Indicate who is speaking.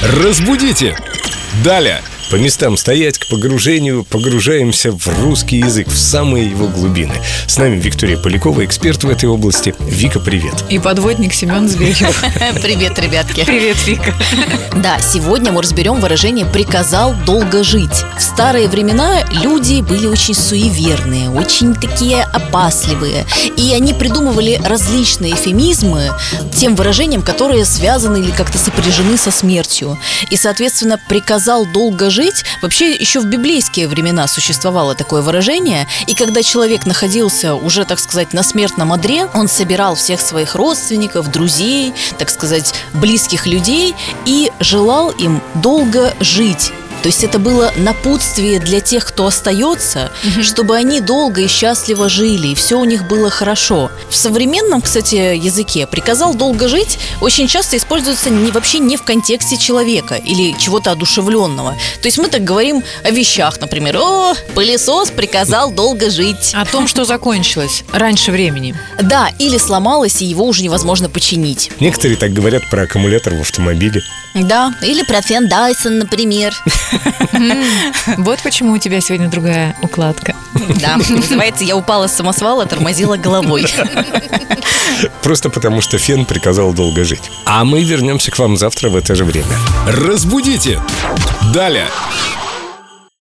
Speaker 1: Разбудите! Далее! По местам стоять, к погружению погружаемся в русский язык, в самые его глубины. С нами Виктория Полякова, эксперт в этой области. Вика, привет.
Speaker 2: И подводник Семен Зверев.
Speaker 3: Привет, ребятки.
Speaker 2: Привет, Вика.
Speaker 3: Да, сегодня мы разберем выражение «приказал долго жить». В старые времена люди были очень суеверные, очень такие опасливые. И они придумывали различные эвфемизмы тем выражениям, которые связаны или как-то сопряжены со смертью. И, соответственно, «приказал долго жить» вообще еще в библейские времена существовало такое выражение. И когда человек находился уже, так сказать, на смертном одре, он собирал всех своих родственников, друзей, так сказать, близких людей и желал им долго жить. То есть это было напутствие для тех, кто остается, чтобы они долго и счастливо жили, и все у них было хорошо. В современном, кстати, языке «приказал долго жить» очень часто используется вообще не в контексте человека или чего-то одушевленного. То есть мы так говорим о вещах, например: «О, пылесос приказал долго жить».
Speaker 2: О том, что закончилось раньше времени.
Speaker 3: Да, или сломалось, и его уже невозможно починить.
Speaker 1: Некоторые так говорят про аккумулятор в автомобиле.
Speaker 3: Да, или про фен Dyson, например.
Speaker 2: Вот почему у тебя сегодня другая укладка.
Speaker 3: Да, называется «Я упала с самосвала, тормозила головой».
Speaker 1: Просто потому, что фен приказал долго жить. А мы вернемся к вам завтра в это же время. Разбудите! Далее!